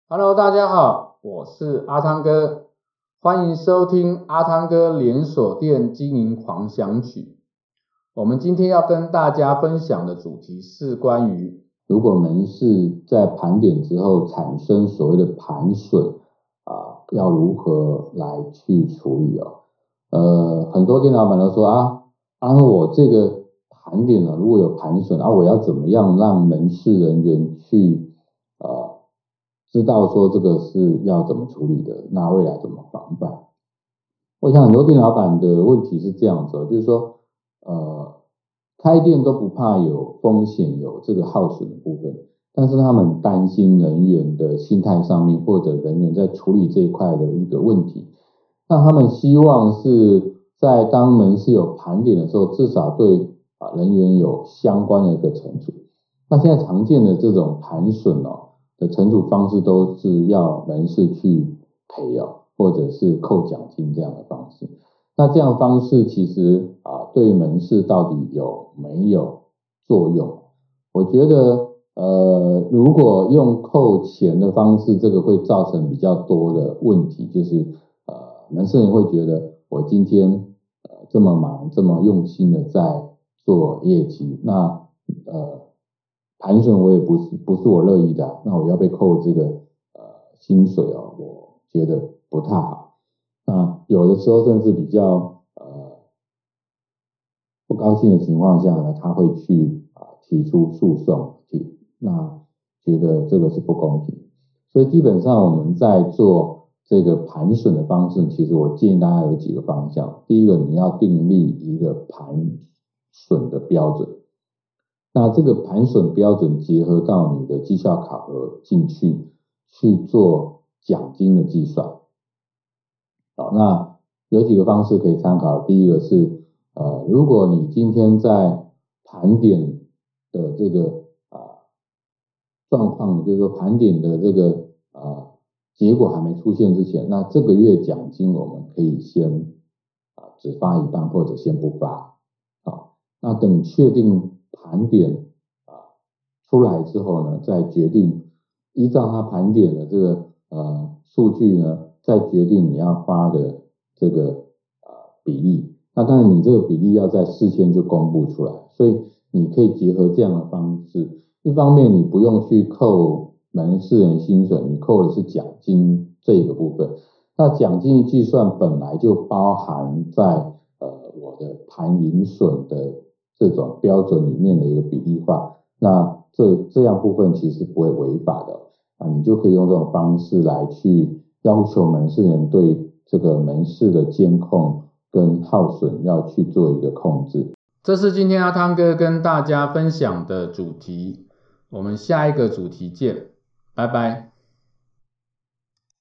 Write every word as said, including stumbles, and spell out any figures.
Hello， 大家好，我是阿汤哥，欢迎收听阿汤哥连锁店经营狂想曲。我们今天要跟大家分享的主题是关于，如果门市在盘点之后产生所谓的盘损啊，要如何来去处理哦？呃，很多店老板都说啊，啊我这个盘点了，如果有盘损啊，我要怎么样让门市人员去呃知道说这个是要怎么处理的，那未来怎么防范？我想很多店老板的问题是这样子，就是说，呃，开店都不怕有风险，有这个耗损的部分，但是他们担心人员的心态上面，或者人员在处理这一块的一个问题。那他们希望是在当门市有盘点的时候，至少对啊人员有相关的一个惩处。那现在常见的这种盘损哦的惩处方式，都是要门市去赔哦，或者是扣奖金这样的方式。那这样方式其实啊，对门市到底有没有作用？我觉得呃，如果用扣钱的方式，这个会造成比较多的问题，就是呃，门市人会觉得我今天呃这么忙，这么用心的在做业绩，那呃盘损我也不是不是我乐意的啊，那我要被扣这个呃薪水哦，我觉得不太好。那有的时候甚至比较呃不高兴的情况下呢，他会去啊、呃、提出诉讼去，那觉得这个是不公平。所以基本上我们在做这个盘损的方式，其实我建议大家有几个方向。第一个，你要订立一个盘损的标准。那这个盘损标准结合到你的绩效考核进去，去做奖金的计算。好，那有几个方式可以参考。第一个是，呃，如果你今天在盘点的这个啊、呃、状况，就是说盘点的这个啊、呃、结果还没出现之前，那这个月奖金我们可以先啊、呃、只发一半或者先不发。好，那等确定盘点啊出来之后呢，再决定依照它盘点的这个呃数据呢，再决定你要发的这个呃比例。那当然你这个比例要在事先就公布出来，所以你可以结合这样的方式，一方面你不用去扣门市人薪水，你扣的是奖金这个部分。那奖金计算本来就包含在呃我的盘盈损的这种标准里面的一个比例化，那这这样部分其实不会违法的啊，你就可以用这种方式来去要求门市人对这个门市的监控跟耗损要去做一个控制。这是今天阿汤哥跟大家分享的主题，我们下一个主题见，拜拜。